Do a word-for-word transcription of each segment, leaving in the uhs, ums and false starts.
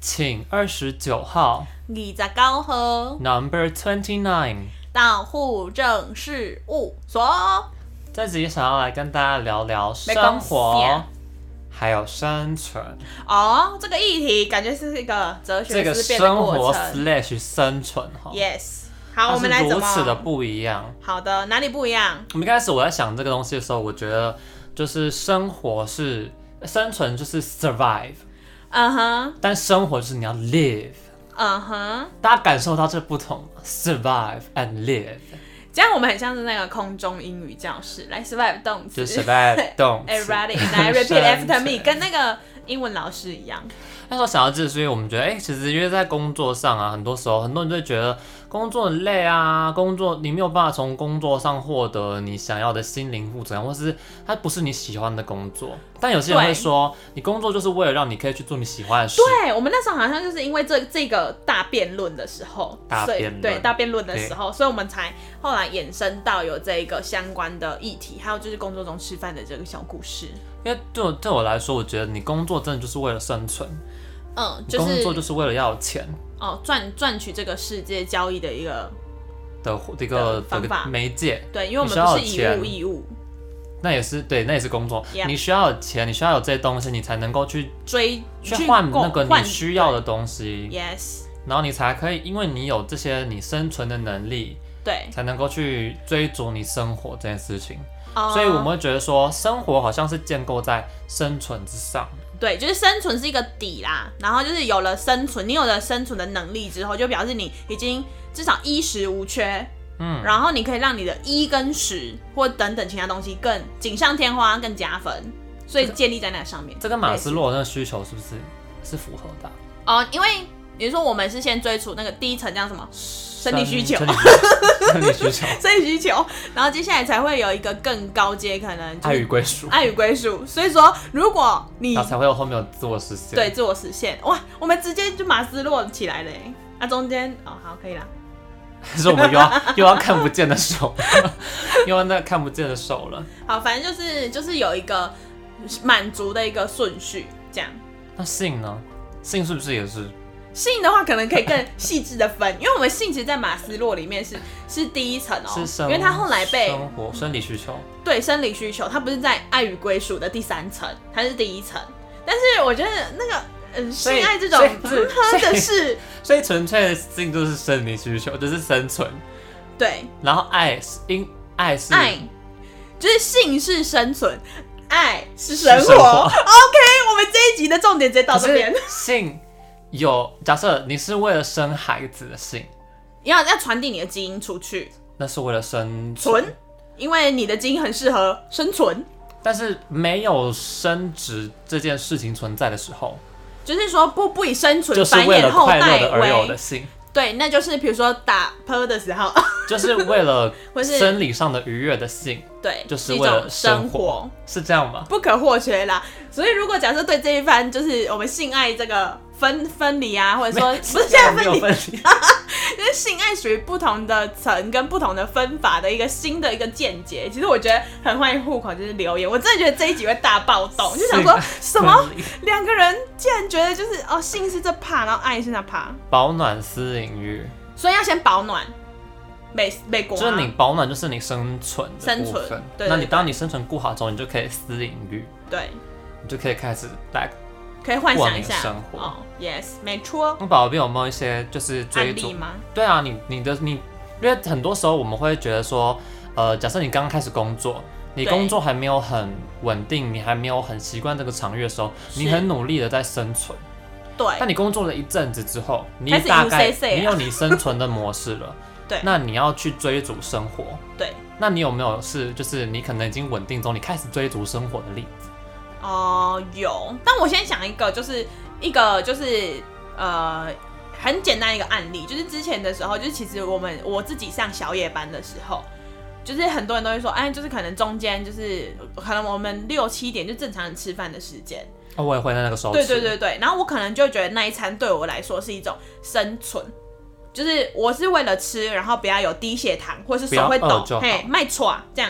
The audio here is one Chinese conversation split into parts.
请二十九号二十九号 Number twenty nine 到户政事务所。 这集想要来跟大家聊聊生活还有生存哦，这个议题感觉是一个哲学思辨的过程。 这个生活 slash 生存 Yes， 好，我们来怎么如此的不一样。 好的，哪里不一样？ 我们一开始我在想这个东西的时候，我觉得就是生活是生存就是 survive， 嗯哼， uh-huh. 但生活就是你要 live， 嗯哼， uh-huh. 大家感受到这不同吗？ survive and live。 这样我们很像是那个空中英语教室，来 survive 动词， 就是 survive 动词。 哎 ，ready， 来 repeat after me， 跟那个英文老师一样。 那时候想到这，所以我们觉得，哎、欸，其实因为在工作上啊，很多时候很多人就会觉得工作很累啊，工作你没有办法从工作上获得你想要的心灵富足，或是它不是你喜欢的工作。但有些人会说，你工作就是为了让你可以去做你喜欢的事。 对，我们那时候好像就是因为这这个大辩论的时候， 大辩论， 对大辩论的时候，所以我们才后来衍生到有这个相关的议题，还有就是工作中吃饭的这个小故事。 因为对我对我来说，我觉得你工作真的就是为了生存， 嗯，就是工作就是为了要有钱哦，赚赚取这个世界交易的一个的一个方法媒介。 对，因为我们不是以物易物， 那也是对，那也是工作。 Yep. 你需要有钱，你需要有这些东西，你才能够去追去换那个你需要的东西。 Yes， 然后你才可以，因为你有这些你生存的能力， 对， 才能够去追逐你生活这件事情。 Uh, 所以我们会觉得说，生活好像是建构在生存之上。 对，就是生存是一个底啦，然后就是有了生存，你有了生存的能力之后，就表示你已经至少衣食无缺，嗯，然后你可以让你的衣跟食或等等其他东西更锦上添花，更加分，所以建立在那上面。 这跟马斯洛那个需求是不是是符合的？ 哦，因为比如说我们是先追逐那个第一层叫什么？生理需求， 生理需求， 生理需求，然后接下来才会有一个更高阶，可能爱与归属， 爱与归属。所以说，如果你然后才会有后面有自我实现， 对，自我实现。哇，我们直接就马斯洛起来了耶！啊，中间哦，好，可以啦。 还是我们又要又要看不见的手，又要那看不见的手了。 好，反正就是就是有一个满足的一个顺序，这样。 那性呢？性是不是也是？ 性的话可能可以更细致的分，因为我们性其实在马斯洛里面是是第一层哦， 是生， 因为他后来被生活生理需求， 对生理需求，他不是在爱与归属的第三层，他是第一层。但是我觉得那个嗯，性爱这种喝的是， 所以纯粹的性就是生理需求，就是生存。 对， 然后爱是因爱是爱，就是性是生存，爱是生活。 生活 OK， 我们这一集的重点直接到这边。 性。有假设你是为了生孩子的性， 要要传递你的基因出去， 那是为了生存， 因为你的基因很适合生存。 但是没有生殖这件事情存在的时候， 就是说不不以生存就是繁衍后代为， 就是为了快乐的而有的性。 对，那就是比如说打喷的时候， 就是为了生理上的愉悦的性， 对， 就是为了生活，是这样吗？ 不可或缺啦。所以如果假设对这一番就是我们性爱这个分分离啊，或者说不是现在分离， 分离就是性爱属于不同的层跟不同的分法的一个新的一个见解。其实我觉得很欢迎户口就是留言，我真的觉得这一集会大暴动，就想说什么两个人竟然觉得就是哦性是这趴，然后爱是那趴， 保暖私隐欲， 所以要先保暖。美美国、啊、 就是你保暖，就是你生存的部分。 生存，对对对， 那你当你生存顾好之后，你就可以私隐欲， 对， 你就可以开始来可以幻想一下生活。 哦 ，yes， 没错。 那宝贝有没有一些就是追逐案例吗？ 对啊，你你的你，因为很多时候我们会觉得说，呃，假设你刚刚开始工作，你工作还没有很稳定，你还没有很习惯这个场域的时候，你很努力的在生存。 对。 但你工作了一阵子之后，你大概你有你生存的模式了。 对， 那你要去追逐生活。 对， 那你有没有是就是你可能已经稳定中，你开始追逐生活的例子？ 哦、呃，有。但我先讲一个，就是一个就是呃很简单一个案例，就是之前的时候，就是其实我们我自己上小夜班的时候，就是很多人都会说，哎，就是可能中间就是可能我们六七点就正常人吃饭的时间。 哦，我也会在那个时候吃。 对对对对，然后我可能就觉得那一餐对我来说是一种生存。就是我是为了吃，然后不要有低血糖，或是手会抖，嘿，卖错这样。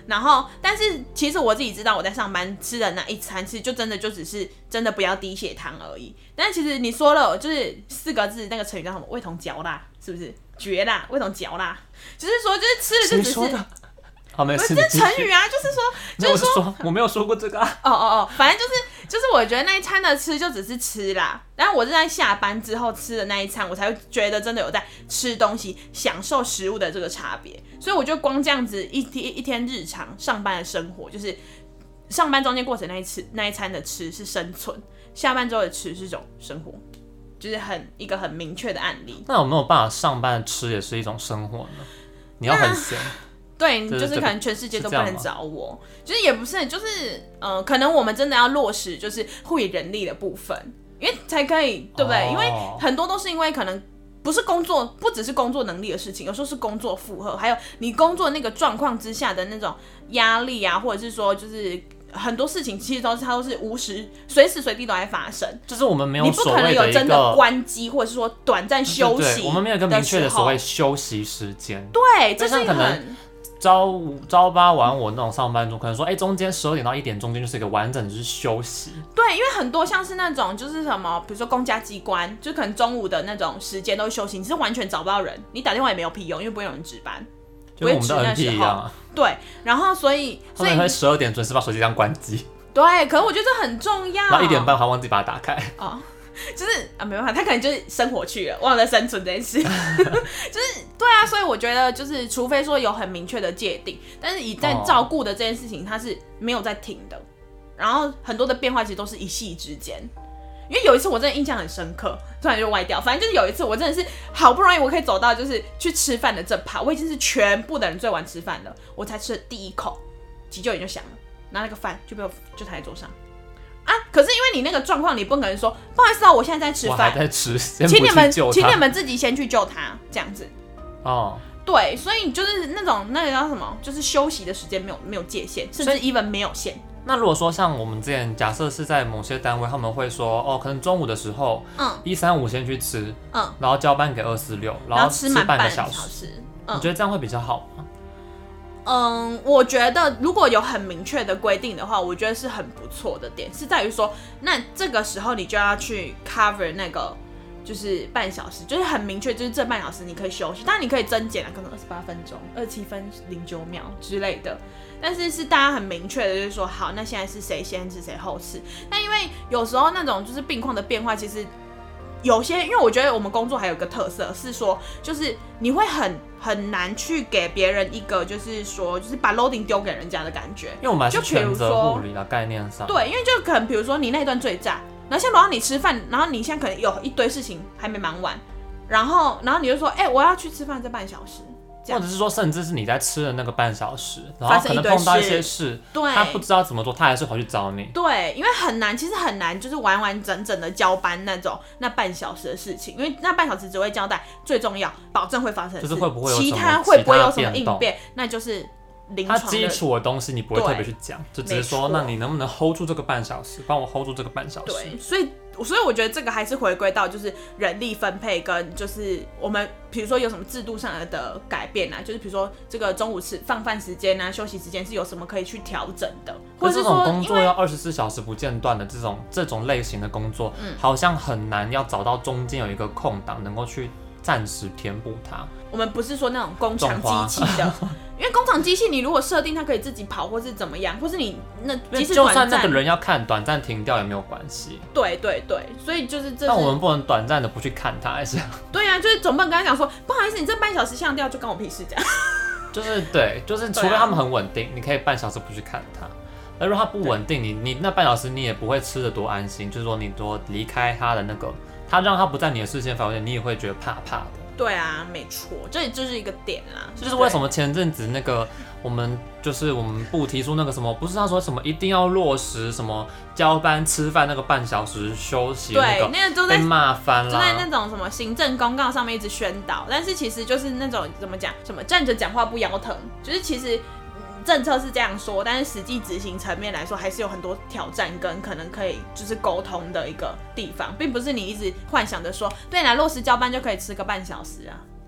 然后，但是其实我自己知道，我在上班吃的那一餐，其实就真的就只是真的不要低血糖而已。但其实你说了，就是四个字，那个成语叫什么？味同嚼蜡，是不是？绝辣，味同嚼蜡，就是说，就是吃的就只是。 好，没事。 这是成语啊，就是说，就是说， 说我没有说过这个啊。 哦哦哦，反正就是就是，我觉得那一餐的吃就只是吃啦。然后我是在下班之后吃的那一餐，我才会觉得真的有在吃东西、享受食物的这个差别。所以我就光这样子一天一天日常上班的生活，就是上班中间过程那一次那一餐的吃是生存，下班之后的吃是一种生活，就是很一个很明确的案例。 那有没有办法上班吃也是一种生活呢？你要很闲。 对，就是可能全世界都不能找我，就是也不是，就是呃，可能我们真的要落实就是护理人力的部分，因为才可以，对不对？哦、因为很多都是因为可能不是工作，不只是工作能力的事情，有时候是工作负荷，还有你工作那个状况之下的那种压力啊，或者是说就是很多事情其实都是它都是无时随时随地都在发生， 就是我们没有你不可能有真的关机，或者是说短暂休息， 对对，我们没有一个明确的所谓休息时间， 对，这是一个很。 朝五朝八晚我那种上班族，可能说，哎、欸，中间十二点到一点中间就是一个完整的就是休息。 对，因为很多像是那种就是什么，比如说公家机关，就可能中午的那种时间都休息，你是完全找不到人，你打电话也没有屁用，因为不会有人值班， 就跟我们的 N P 一样啊。 对，然后所以所以他们会十二点准时把手机这样关机。 对，可是我觉得这很重要。 然后一点半还忘记把它打开。 哦。就是啊，没办法，他可能就是生活去了，忘了生存这件事。就是对啊，所以我觉得就是，除非说有很明确的界定，但是以在照顾的这件事情，它是没有在停的。然后很多的变化其实都是一夕之间。因为有一次我真的印象很深刻，突然就歪掉。反正就是有一次我真的是好不容易我可以走到就是去吃饭的这趴，我已经是全部的人最晚吃饭了，我才吃了第一口，急救铃就响了，拿那个饭就被我就抬在桌上。啊！可是因为你那个状况，你不可能说不好意思啊，我现在在吃饭， 我还在吃，请你们请你们自己先去救他，这样子。 哦， 对，所以就是那种那个叫什么，就是休息的时间没有没有界限，甚至 even 没有限。 那如果说像我们之前假设是在某些单位，他们会说哦，可能中午的时候，嗯，一三五先去吃，嗯，然后交班给二四六，然后吃半个小时，嗯，你觉得这样会比较好吗？ 嗯，我觉得如果有很明确的规定的话，我觉得是很不错的点，是在于说，那这个时候你就要去 cover 那个就是半小时，就是很明确，就是这半小时你可以休息，当然你可以增减啊，可能二十八分钟、二十七分零九秒之类的，但是是大家很明确的，就是说，好，那现在是谁先吃谁后吃。但因为有时候那种就是病况的变化，其实有些，因为我觉得我们工作还有一个特色是说，就是你会很很难去给别人一个就是说，就是把 loading 丢给人家的感觉。 因为我们还是全责护理的概念上。 对，因为就可能比如说你那一段最炸，然后现在轮到你吃饭，然后你现在可能有一堆事情还没忙完，然后然后你就说，哎、欸，我要去吃饭这半小时。 或者是说，甚至是你在吃的那个半小时，然后可能碰到一些事， 对， 他不知道怎么做，他还是回去找你。 对，因为很难，其实很难，就是完完整整的交班那种那半小时的事情，因为那半小时只会交代最重要，保证会发生的事， 就是会不会有其他会不会有什么应变，那就是临床的。 它基础的东西你不会特别去讲，就只是说，那你能不能 hold 住这个半小时，帮我 hold 住这个半小时。 对，所以。所以我觉得这个还是回归到就是人力分配跟就是我们比如说有什么制度上的改变啊，就是比如说这个中午吃放饭时间啊、休息时间是有什么可以去调整的，或者是说这种工作要二十四小时不间断的这种这种类型的工作，嗯，好像很难要找到中间有一个空档能够去暂时填补它。 我们不是说那种工厂机器的，因为工厂机器你如果设定它可以自己跑，或是怎么样，或是你那即使就算那个人要看短暂停掉也没有关系。 对对对，所以就是这是。 但我们不能短暂的不去看它，还是？ 对啊，就是总不能跟他讲说，不好意思，你这半小时项掉就关我屁事这样。 就是对，就是除非他们很稳定，你可以半小时不去看它。而如果它不稳定，你你那半小时你也不会吃得多安心，就是说你多离开他的那个，他让他不在你的视线范围内，你也会觉得怕怕的。 对啊，没错，这也就是一个点啦。 这就是为什么前阵子那个我们就是我们部提出那个什么，不是他说什么一定要落实什么交班吃饭那个半小时休息， 对，那个都在被骂翻了， 就在那种什么行政公告上面一直宣导，但是其实就是那种怎么讲，什么站着讲话不腰疼，就是其实。政策是这样说，但是实际执行层面来说，还是有很多挑战跟可能可以就是沟通的一个地方，并不是你一直幻想的说，对啦，落实交班就可以吃个半小时啊，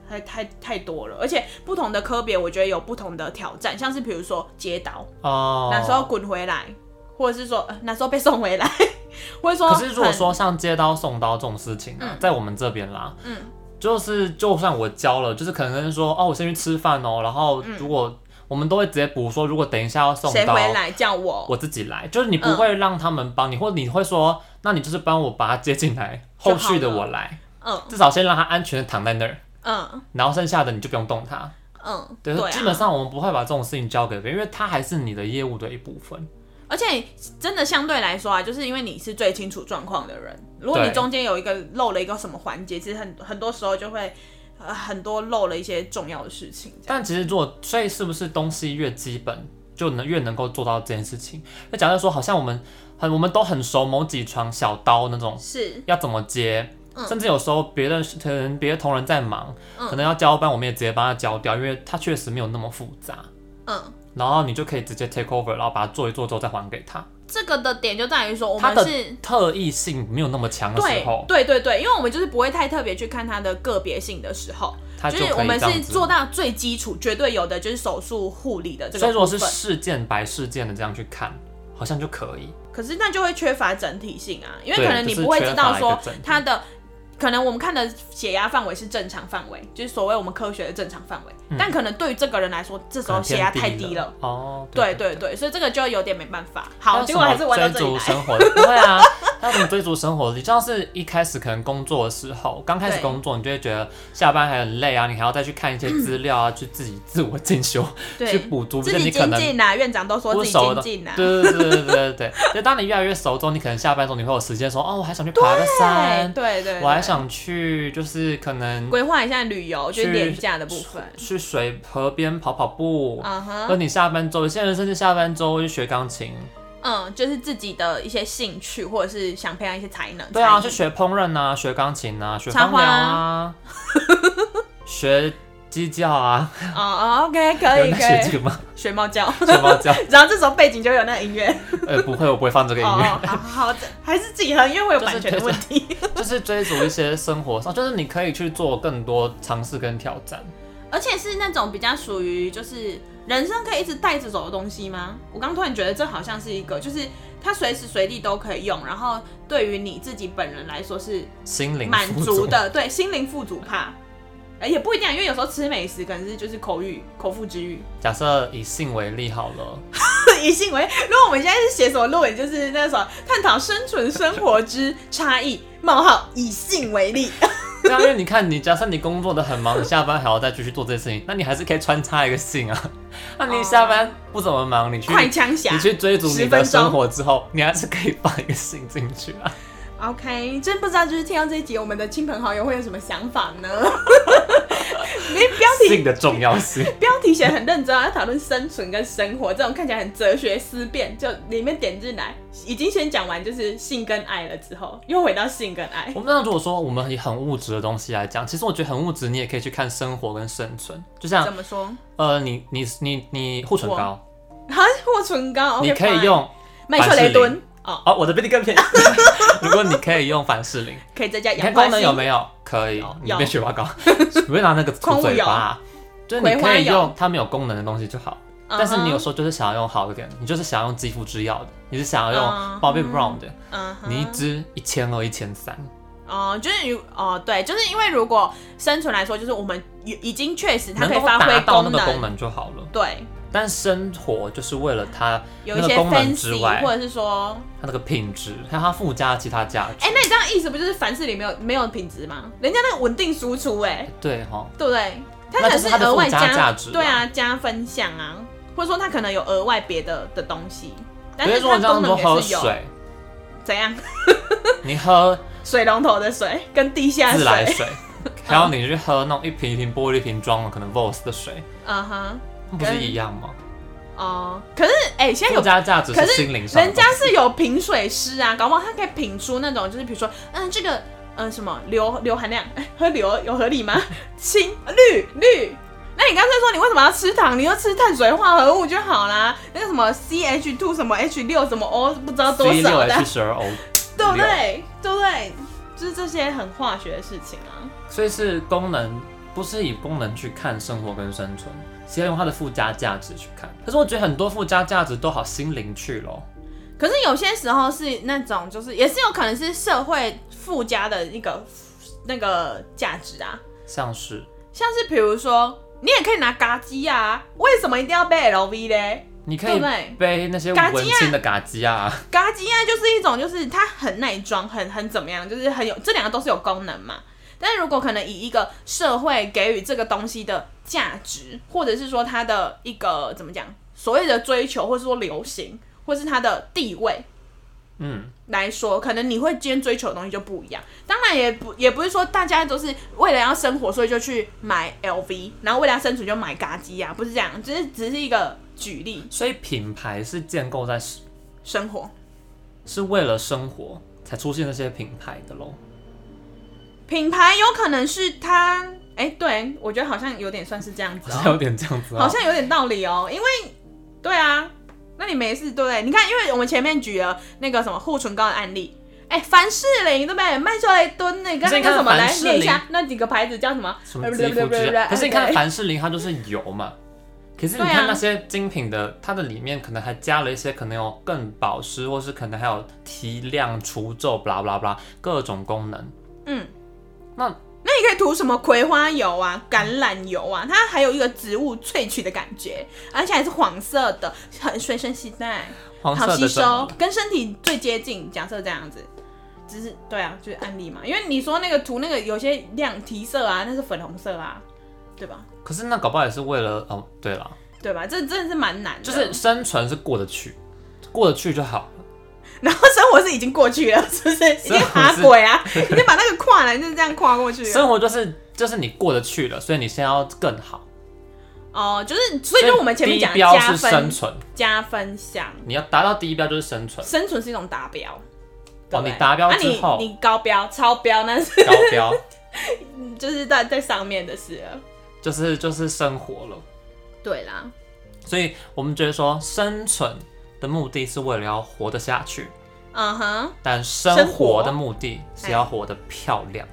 太太太多了，而且不同的科别，我觉得有不同的挑战，像是比如说接刀，哦，那时候滚回来，或者是说、呃、那时候被送回来，或者说， 可是如果说像接刀送刀这种事情啊，嗯、在我们这边啦，嗯，就是就算我教了，就是可能说哦，我先去吃饭哦，然后如果、嗯我们都会直接补说，如果等一下要送刀， 谁回来叫我， 我自己来，就是你不会让他们帮你，嗯、或者你会说，那你就是帮我把他接进来，后续的我来，嗯，至少先让他安全的躺在那儿，嗯，然后剩下的你就不用动他，嗯，对，对啊、基本上我们不会把这种事情交给别人，因为他还是你的业务的一部分。 而且真的相对来说啊，就是因为你是最清楚状况的人，如果你中间有一个漏了一个什么环节，其实很很多时候就会。呃，很多漏了一些重要的事情， 但其实如果所以是不是东西越基本，就能越能够做到这件事情？就假设说，好像我们很我们都很熟某几床小刀那种， 是要怎么接，嗯、甚至有时候别的可能别的同仁在忙，嗯、可能要交班，我们也直接帮他交掉，因为他确实没有那么复杂，嗯，然后你就可以直接 take over， 然后把它做一做之后再还给他。 这个的点就在于说，我们是它的特异性没有那么强的时候， 对对对对，因为我们就是不会太特别去看它的个别性的时候， 就就是我们是做到最基础，绝对有的就是手术护理的这个部分。 所以如果是事件白事件的这样去看，好像就可以。 可是那就会缺乏整体性啊，因为可能你不会知道说它的。可能我们看的血压范围是正常范围，就是所谓我们科学的正常范围、嗯，但可能对于这个人来说，这时候血压太低了。哦，对对 对, 对，所以这个就有点没办法。好，结果还是玩到这里来。 追逐生活的不会啊，他怎么追逐生活的？就像是一开始可能工作的时候，刚开始工作，你就会觉得下班还很累啊，你还要再去看一些资料啊，嗯、去自己自我进修，去补足。 自己精进啊，院长都说自己精进啊。 对对对对对对对。就当你越来越熟之后，你可能下班之后你会有时间说，哦，我还想去爬个山， 对 对, 对, 对， 我还想去。就是可能规划一下旅游，就是廉价的部分， 去水河边跑跑步。嗯哼，和你下班周，有些人甚至下班周去学钢琴。 嗯，就是自己的一些兴趣，或者是想培养一些才能。 对啊，去学烹饪啊，学钢琴啊，学芳疗啊，学鸡叫啊。 哦 ，OK， 可以可以。 学这个吗？ 学猫叫， 学猫叫。 然后这时候背景就有那个音乐。 呃，不会，我不会放这个音乐。 哦，好好，还是自己哼，因为会有版权的问题。 就是、就是追逐一些生活上，就是你可以去做更多尝试跟挑战， 而且是那种比较属于就是人生可以一直带着走的东西吗？我刚突然觉得这好像是一个，就是它随时随地都可以用，然后对于你自己本人来说是心灵满足的，对，心灵富足怕。也不一定，因为有时候吃美食可能是就是口欲、口腹之欲。 假设以性为例好了， 以性为，如果我们现在是写什么论文，就是那时候探讨生存生活之差异，冒号以性为例。 对啊，因为你看，你假设你工作的很忙，你下班还要再继续做这些事情，那你还是可以穿插一个性啊。那你下班不怎么忙，你去快枪侠， 你去追逐你的生活之后，你还是可以放一个性进去啊。 OK， 真不知道就是听到这一集，我们的亲朋好友会有什么想法呢？标题性的重要性， 标题写很认真啊，要讨论生存跟生活，这种看起来很哲学思辨，就里面点进来，已经先讲完就是性跟爱了之后，又回到性跟爱。 我们那如果说我们以很物质的东西来讲，其实我觉得很物质，你也可以去看生活跟生存，就像怎么说？ 呃，你你你你护唇膏， 哈，护唇膏， 你可以用麦秀雷敦。 哦哦，我的比你更便宜。如果你可以用凡士林， 可以再加氧化锌。 你看功能有没有？可以。你别雪花膏，不会拿那个涂嘴巴。就是你可以用它没有功能的东西就好。Uh-huh. 但是你有时候就是想要用好一点，你就是想要用肌肤之钥的，你是想要用 Bobbi Brown 的， uh-huh. 你一支一千二、一千三。 哦，就是哦，对，就是因为如果生存来说，就是我们已经确实它可以发挥功能， 能够达到那个功能就好了。 对。 但生活就是为了它有一些 fancy， 或者是说它那个品质，还有它附加其他价值。 哎、欸，那你这样意思不就是凡士林没有没有品质吗？人家那个稳定输出、欸，哎， 对哈， 对不对？它可能是额外加价值，对啊，加分项啊，或者说它可能有额外别的的东西，但是它功能也是有。水怎样？ 你喝水龙头的水跟地下水， 自来水，还有你去喝那种一瓶一瓶玻璃瓶装的可能 V O S 的水，嗯哼。不是一样吗？ 哦、呃，可是哎、欸，现在有附加价值是心灵上的， 人家是有品水师啊，搞不好他可以品出那种，就是比如说，嗯，这个，嗯，什么硫硫含量，哎，喝硫有合理吗？氢氯氯，那你干脆说你为什么要吃糖？你就吃碳水化合物就好啦。那个什么 C H 二 什么 H 六 什么 O 不知道多少的 C 六 H 十二 O， 对不对？对不对？就是这些很化学的事情啊。 所以是功能不是以功能去看生活跟生存，是要用它的附加价值去看。可是我觉得很多附加价值都好心灵去了。 可是有些时候是那种，就是也是有可能是社会附加的一个那个价值啊， 像是像是比如说，你也可以拿嘎机啊，为什么一定要背 L V 嘞？ 你可以背那些文青的嘎机啊， 嘎机啊就是一种，就是它很耐装，很很怎么样，就是很有，这两个都是有功能嘛。但是如果可能以一个社会给予这个东西的价值，或者是说它的一个怎么讲，所谓的追求，或是说流行，或是它的地位，嗯，来说，可能你会今天追求的东西就不一样。当然也不也不是说大家都是为了要生活，所以就去买 L V， 然后为了要生存就买嘎机啊，不是这样，只是只是一个举例。 所以品牌是建构在生活， 是为了生活才出现那些品牌的咯。 品牌有可能是它，哎、欸，对我觉得好像有点算是这样子、哦， 好像有点这样子、哦， 好像有点道理哦。因为，对啊，那你没事对不对？你看，因为我们前面举了那个什么护唇膏的案例，哎、欸，凡士林对不对？卖出来一吨那个那个什么来念一下，那几个牌子叫什么？ 什么肌肤之类。可是你看凡士林，它就是油嘛。可是你看那些精品的，它的里面可能还加了一些可能有更保湿，或是可能还有提亮、除皱、blah blah blah 各种功能。嗯。那那你可以涂什么葵花油啊、橄榄油啊，它还有一个植物萃取的感觉，而且还是黄色的，很随身携带， 黄色的好吸收，跟身体最接近。假设这样子，只是对啊，就是案例嘛。因为你说那个涂那个有些亮提色啊，那是粉红色啊，对吧？ 可是那搞不好也是为了哦，对啦， 对吧？这真的是蛮难的， 就是生存是过得去，过得去就好。 然后生活是已经过去了，是不是？已经爬轨啊，已经把那个跨栏就是这样跨过去了。 生活就是就是你过得去了，所以你现在要更好。 哦，就是所以就我们前面讲的加分，生存加分项， 你要达到第一标就是生存， 生存是一种达标。 哦，你达标之后， 啊、你, 你高标、超标那是高标， 就是在在上面的事了， 就是就是生活了。 对啦， 所以我们觉得说生存的目的是为了要活得下去，嗯哼，但生活的目的是要活得漂亮。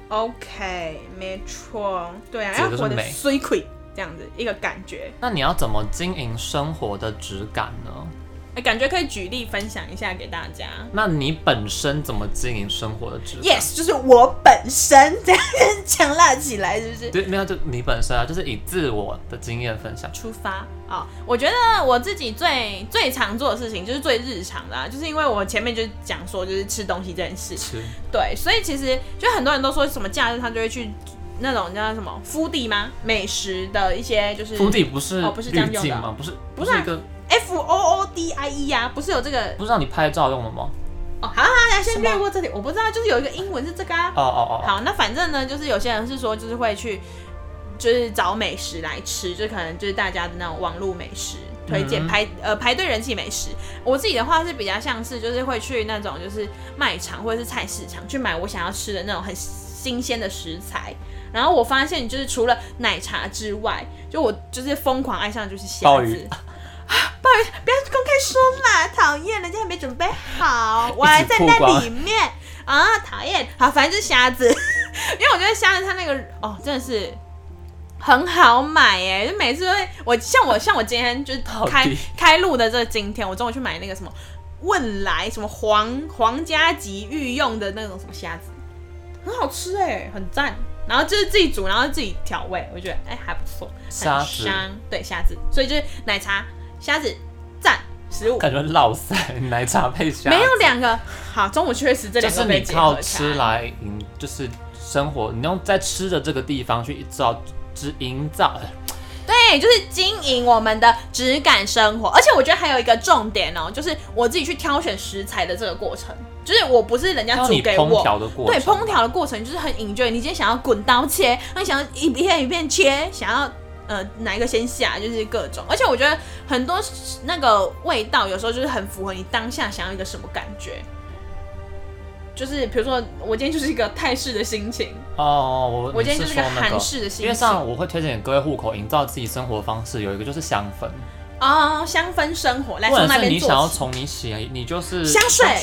OK， 没错，对啊，要活得水亏这样子一个感觉。 那你要怎么经营生活的质感呢？ 欸、感觉可以举例分享一下给大家。 那你本身怎么经营生活的质感 ？Yes， 就是我本身这样强辣起来，是不是？ 对，没有，就你本身啊，就是以自我的经验分享出发啊、哦。我觉得我自己最最常做的事情就是最日常的、啊，就是因为我前面就讲说，就是吃东西这件事。 吃。 对，所以其实就很多人都说什么假日他就会去那种叫什么foodie地吗？美食的一些就是 foodie地不是哦，不是这样用的吗？不是， 不是、啊、 一个。 F O O D I E 啊，不是有这个？ 不是让你拍照用的吗？ 哦，好，好，来先略过这里，我不知道，就是有一个英文是这个啊。 哦哦哦。 好，那反正呢，就是有些人是说，就是会去，就是找美食来吃，就可能就是大家的那种网络美食推荐、嗯、排呃排队人气美食。我自己的话是比较像是，就是会去那种就是卖场或者是菜市场去买我想要吃的那种很新鲜的食材。然后我发现，就是除了奶茶之外，就我就是疯狂爱上就是虾子。不好意思，不要公开说嘛，讨厌，人家还没准备好，我还在那里面啊，讨厌。好，反正就是虾子，因为我觉得虾子它那个哦，真的是很好买耶，就每次都会，我像我像我今天就是开开录的这个今天，我中午去买那个什么问来什么皇皇家级御用的那种什么虾子，很好吃哎，很赞。然后就是自己煮，然后自己调味，我觉得哎、欸、还不错， 很香，对虾子，所以就是奶茶、虾子，赞食物。 感觉落塞奶茶配虾子， 没有两个好，中午确实这两个被结合起来。 就是你靠吃来营，就是生活，你用在吃的这个地方去造，之营造。 对，就是经营我们的质感生活，而且我觉得还有一个重点哦，就是我自己去挑选食材的这个过程，就是我不是人家煮给我， 烹调的过程， 对，烹调的过程就是很 enjoy。你今天想要滚刀切，你想要一片一片切，想要呃哪一个先下，就是各种。而且我觉得很多那个味道有时候就是很符合你当下想要一个什么感觉。就是比如说，我今天就是一个泰式的心情哦，我我今天就是一个韩式的心情。 因为像我会推荐给各位户口营造自己生活方式，有一个就是香氛哦，香氛生活来从那边做起。 或者是你想要从你洗，你就是香水， 香水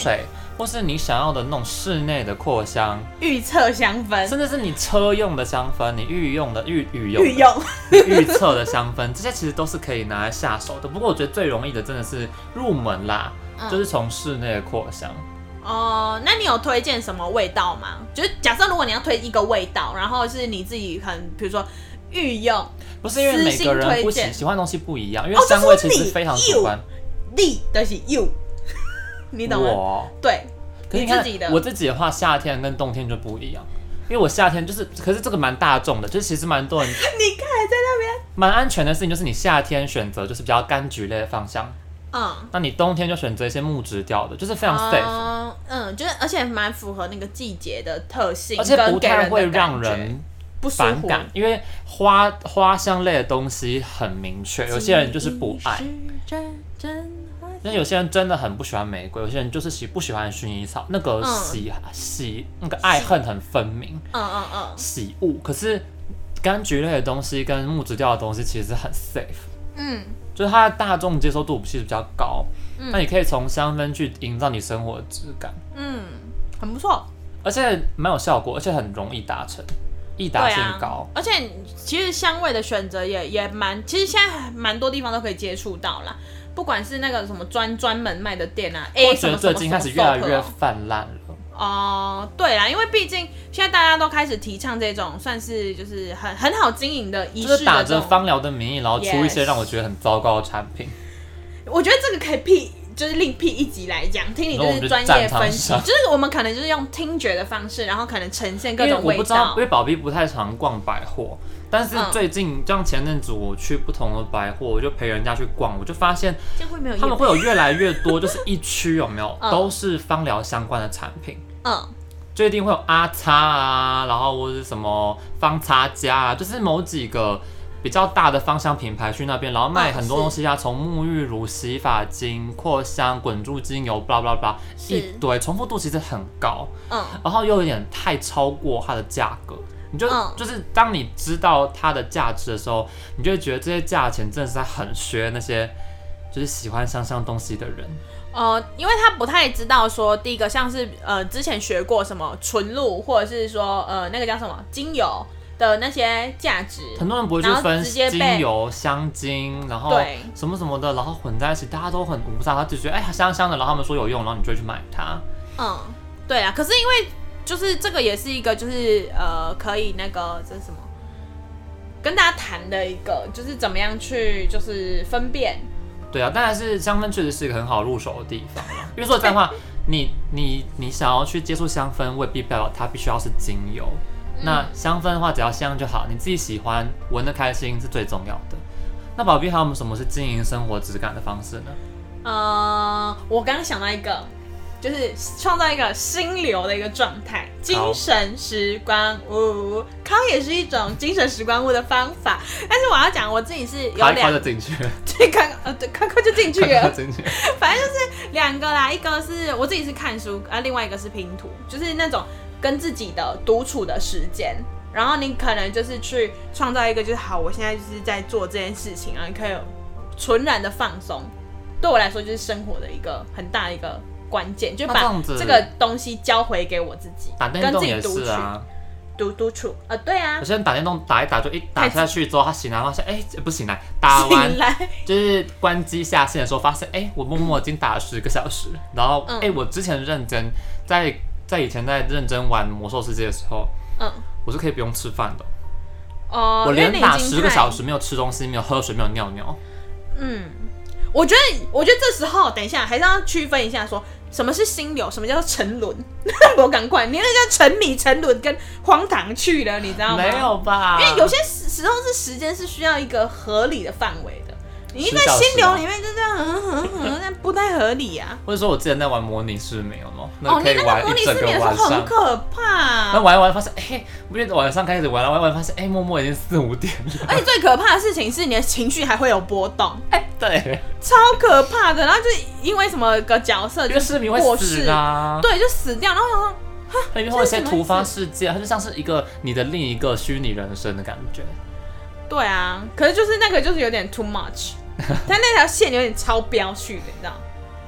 或是你想要的那种室内的扩香， 预测香氛， 甚至是你车用的香氛，你御用的御御用御用预测的香氛，这些其实都是可以拿来下手的。不过我觉得最容易的真的是入门啦，嗯、就是从室内的扩香。 哦、呃，那你有推荐什么味道吗？就是假设如果你要推一个味道，然后是你自己很，比如说御用， 不是因为每个人不喜喜欢的东西不一样，因为香味其实非常主观。 你的是 you， 你懂吗？ 我对， 可是你看你自己的，我自己的话，夏天跟冬天就不一样。因为我夏天就是，可是这个蛮大众的，就是其实蛮多人。 你看在那边， 蛮安全的事情就是你夏天选择就是比较柑橘类的芳香。嗯，那你冬天就选择一些木质调的，就是非常 safe。嗯, 嗯，就是而且蛮符合那个季节的特性， 而且不太会让人反感，因为花花香类的东西很明确，有些人就是不爱。因为有些人真的很不喜欢玫瑰，有些人就是喜不喜欢薰衣草，那个喜、嗯、喜那个爱恨很分明。嗯嗯嗯，喜恶。可是柑橘类的东西跟木质调的东西其实很 safe。嗯。就是它的大众接受度其实比较高，嗯、那你可以从香氛去营造你生活的质感， 嗯，很不错， 而且蛮有效果，而且很容易达成，易达性高、 啊。而且其实香味的选择也也蛮，其实现在蛮多地方都可以接触到啦，不管是那个什么专专门卖的店啊 ，A 什么什么， 最近开始越来越泛滥了。 哦、呃，对啦，因为毕竟现在大家都开始提倡这种算是就是很很好经营的仪式的， 就是打着芳疗的名义，然后出一些让我觉得很糟糕的产品。 Yes. 我觉得这个可以辟，就是另辟一集来讲，听你就是专业分析，就是我们可能就是用听觉的方式，然后可能呈现各种味道。 因为我不知道，因为宝贝不太常逛百货，但是最近像前阵子我去不同的百货，我就陪人家去逛，我就发现他们会有越来越多，就是一区有没有都是芳疗相关的产品。嗯，就一定会有阿擦啊，然后或者是什么芳擦家啊，就是某几个比较大的芳香品牌去那边，然后卖很多东西啊，从沐浴乳、洗发精、扩香、滚珠精油，blah blah blah，一堆，重复度其实很高，嗯，然后又有点太超过它的价格，你就、嗯、就是当你知道它的价值的时候，你就会觉得这些价钱真的是在很削那些就是喜欢香香东西的人。 呃，因为他不太知道说，第一个像是呃之前学过什么纯露，或者是说呃那个叫什么精油的那些价值， 很多人不会去分精油、香精，然后什么什么的，然后混在一起，大家都很无知，他就觉得哎香香的，然后他们说有用，然后你就会去买它。 嗯，对啊，可是因为就是这个也是一个就是呃可以那个这是什么，跟大家谈的一个就是怎么样去就是分辨。 对啊，当然是香氛确实是一个很好入手的地方，因为说真的话，你你你想要去接触香氛，未必代表它必须要是精油。嗯、那香氛的话，只要香就好，你自己喜欢，闻得开心是最重要的。那宝贝还有什么是经营生活质感的方式呢？ 呃，我刚刚想到一个，就是创造一个心流的一个状态，精神时光屋，烤也是一种精神时光屋的方法。但是我要讲，我自己是有两， 烤就进去了， 对，烤呃对，烤烤就进去了， 进去， 反正就是两个啦，一个是我自己是看书，啊，另外一个是拼图，就是那种跟自己的独处的时间。然后你可能就是去创造一个，就是好，我现在就是在做这件事情，然后你可以纯然的放松。对我来说，就是生活的一个很大的一个关键，就把这个东西交回给我自己， 打电动也是啊， 独独处，呃，对啊。 有些人打电动打一打就一打下去之后，他醒来发现，哎、欸，不是醒来，打完就是关机下线的时候，发现，哎、欸，我默默已经打了十个小时，然后，哎、嗯欸，我之前认真在在以前在认真玩魔兽世界的时候，嗯，我是可以不用吃饭的，哦、呃，我连打十个小时没有吃东西，没有喝水，没有尿尿， 嗯。我觉得，我觉得这时候，等一下还是要区分一下说，说什么是心流，什么叫做沉沦。我赶快，你那叫沉迷、沉沦跟荒唐去了，你知道吗？ 没有吧？ 因为有些时候是时间是需要一个合理的范围的。你在心流里面就这样，嗯嗯嗯，不太合理啊。 或者说我之前在玩模拟市民，有没有？ 那可以玩一整个晚上，很可怕。 那玩一玩发现，哎、欸，我觉得晚上开始玩，玩一玩发现，哎、欸，默默已经四五点了。 而且最可怕的事情是，你的情绪还会有波动。哎、欸， 对， 超可怕的。然后就因为什么个角色就市民会死啊， 对，就死掉。然后想说，哈， 因为会有一些突发事件，它就像是一个你的另一个虚拟人生的感觉。 对啊，可是就是那个就是有点 too much。他那条线有点超标去的，你知道？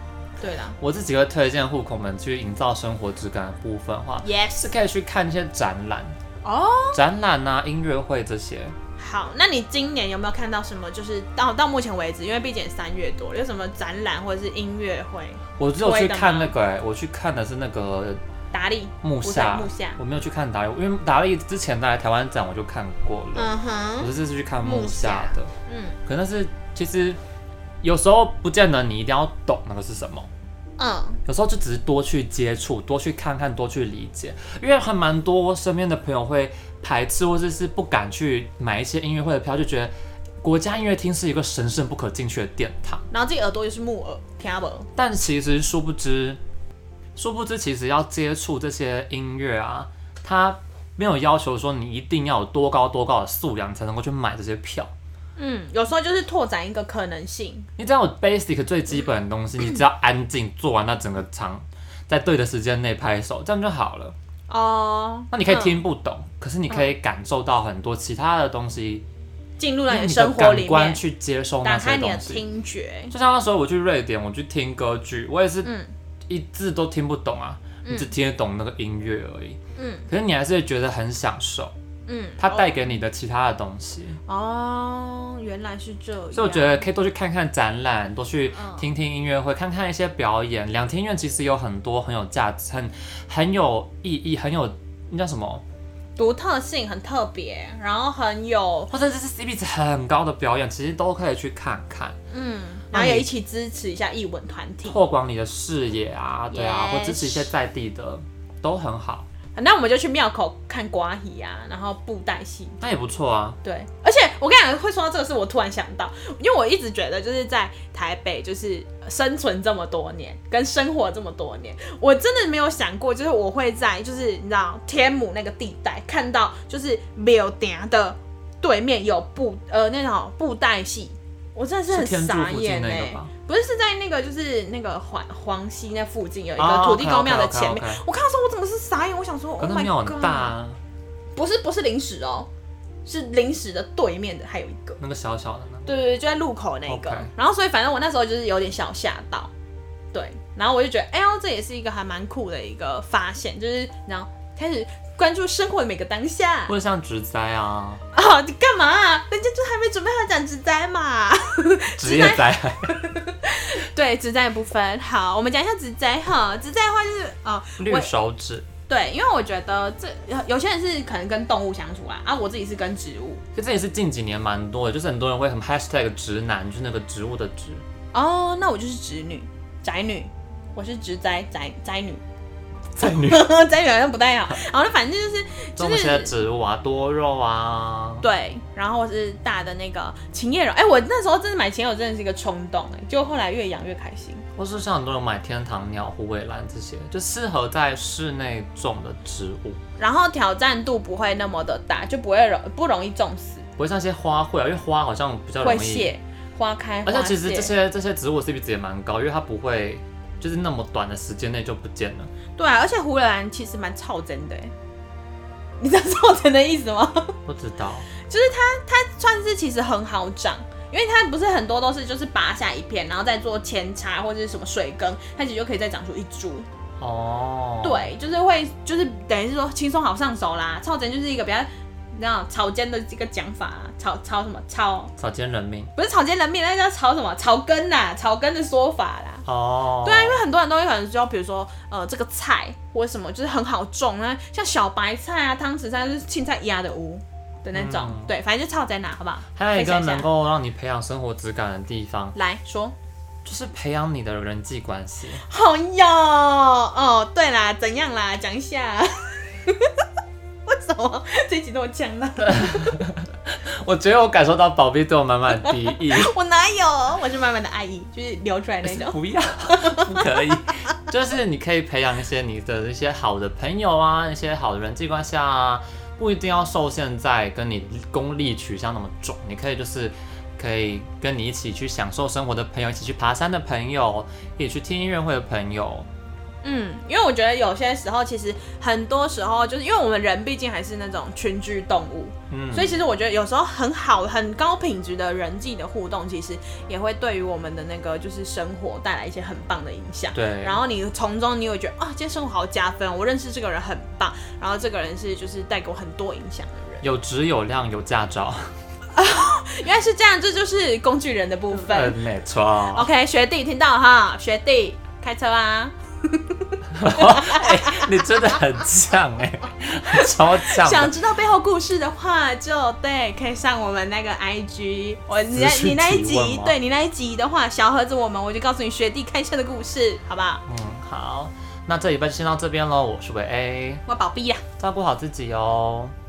对啦， 我自己会推荐户口们去营造生活质感的部分的话 ，yes， 是可以去看一些展览哦， 展览啊、音乐会这些。 好，那你今年有没有看到什么？就是到到目前为止，因为毕竟三月多，有什么展览或者是音乐会？ 我只有去看那个、欸，我去看的是那个达利木下， 木下， 我没有去看达利，因为达利之前来台湾展我就看过了。 嗯哼， 我这次是去看木下的， 嗯， 可能是其实有时候不见得你一定要懂那个是什么。 嗯， 有时候就只是多去接触，多去看看，多去理解，因为还蛮多身边的朋友会排斥或者是不敢去买一些音乐会的票，就觉得国家音乐厅是一个神圣不可进去的殿堂， 然后自己耳朵又是木耳，听不？ 但其实殊不知，殊不知其实要接触这些音乐啊，它没有要求说你一定要有多高多高的素养才能够去买这些票。 嗯，有时候就是拓展一个可能性。 你只要有 basic 最基本的东西，你只要安静做完那整个场，在对的时间内拍手，这样就好了。 哦， 那你可以听不懂，嗯、可是你可以感受到很多其他的东西， 进入到你的生活里面， 感官去接受那些东西， 打开你的听觉。 就像那时候我去瑞典，我去听歌剧，我也是一字都听不懂啊，嗯、你只听得懂那个音乐而已。嗯，可是你还是会觉得很享受。嗯，它带给你的其他的东西。 哦，原来是这样。 所以我觉得可以多去看看展览，多去听听音乐会，看看一些表演。两厅院其实有很多很有价值、很很有意义、很有那叫什么独特性，很特别，然后很有， 或者是 C P 值很高的表演，其实都可以去看看。 嗯，然后也一起支持一下艺文团体， 拓广你的视野啊，对啊， yes. 或支持一些在地的，都很好。 那我们就去庙口看瓜戏啊，然后布袋戏， 那也不错啊。 对，而且我跟你讲，会说到这个事，我突然想到，因为我一直觉得就是在台北就是生存这么多年，跟生活这么多年，我真的没有想过，就是我会在就是你知道天母那个地带看到，就是庙埕的对面有布呃那种布袋戏，我真的是很傻眼哎、欸。不是是在那个就是那个黄黄溪那附近有一个土地公庙的前面， oh, okay, okay, okay, okay. 我看到时候我整个是傻眼，我想说， 可是庙很大啊， 不是不是零食哦，是零食的对面的还有一个那个小小的那个， 对对对，就在路口那个， okay. 然后所以反正我那时候就是有点小吓到，对，然后我就觉得，哎呦，这也是一个还蛮酷的一个发现，就是然后开始关注生活的每个当下， 或者像植栽啊， 啊，你干嘛、啊？人家就还没准备好讲植栽嘛， 职业栽。 对，植栽的部分，好，我们讲一下植栽哈。植栽的话就是呃， 绿手指。 对，因为我觉得这有些人是可能跟动物相处啦，啊，我自己是跟植物。 其实这也是近几年蛮多的，就是很多人会很 hashtag 直男，就是那个植物的植。 哦，那我就是直女、宅女，我是植栽宅宅女。 宅女， 宅女好像不太好。好，那反正就是种一些植物啊，多肉啊。 对，然后是大的那个琴叶榕。哎，我那时候真的买琴叶榕真的是一个冲动，哎，就后来越养越开心。 或是像很多人买天堂鸟、虎尾兰这些，就适合在室内种的植物。 然后挑战度不会那么的大，就不会容不容易种死。 不会像一些花卉啊，因为花好像比较容易会谢，花开花谢。 而且其实这些这些植物 C P 值也蛮高，因为它不会就是那么短的时间内就不见了。 对啊，而且虎尾兰其实蛮超真的，你知道超真的意思吗？ 不知道， 就是它它算是其实很好长，因为它不是很多都是就是拔下一片，然后再做扦插或者是什么水耕，它其实就可以再长出一株。哦，对，就是会就是等于是说轻松好上手啦。超真就是一个比较你知道草根的这个讲法、啊，草草什么草草菅人命， 不是草菅人命，那叫草什么草根啦，草根的说法啦。哦，对啊，因为很多人都会可能就比如说呃这个菜或什么就是很好种啊，像小白菜啊、汤匙菜就是青菜压的屋的那种，嗯、对，反正就草在哪，好不好？ 还有一个能够让你培养生活质感的地方， 来说， 就是培养你的人际关系。 好哟，哦，对啦，怎样啦？讲一下。为什么这一集那么呛呢？ 我觉得我感受到宝贝对我满满的敌意。 我哪有？我是满满的爱意，就是流出来那种。 不要，不可以。就是你可以培养一些你的一些好的朋友啊，一些好的人际关系啊，不一定要受限在跟你功利取向那么重。你可以就是可以跟你一起去享受生活的朋友，一起去爬山的朋友，一起去听音乐会的朋友。 嗯，因为我觉得有些时候，其实很多时候就是因为我们人毕竟还是那种群居动物，嗯，所以其实我觉得有时候很好、很高品质的人际的互动，其实也会对于我们的那个就是生活带来一些很棒的影响。 对， 然后你从中你会觉得啊，今天生活好加分，我认识这个人很棒，然后这个人是就是带给我很多影响的人， 有质有量，有驾照。 原来是这样，这就是工具人的部分。 嗯，没错。 OK， 学弟听到哈，学弟开车啊。 欸、你真的很像哎、欸，超像。 想知道背后故事的话，就对，可以上我们那个 I G。我你那你那一集，对你那一集的话，小盒子我们我就告诉你学弟开车的故事，好不好？ 嗯，好。那这礼拜就先到这边喽。我是维 A， 我宝贝呀， 照顾好自己哦。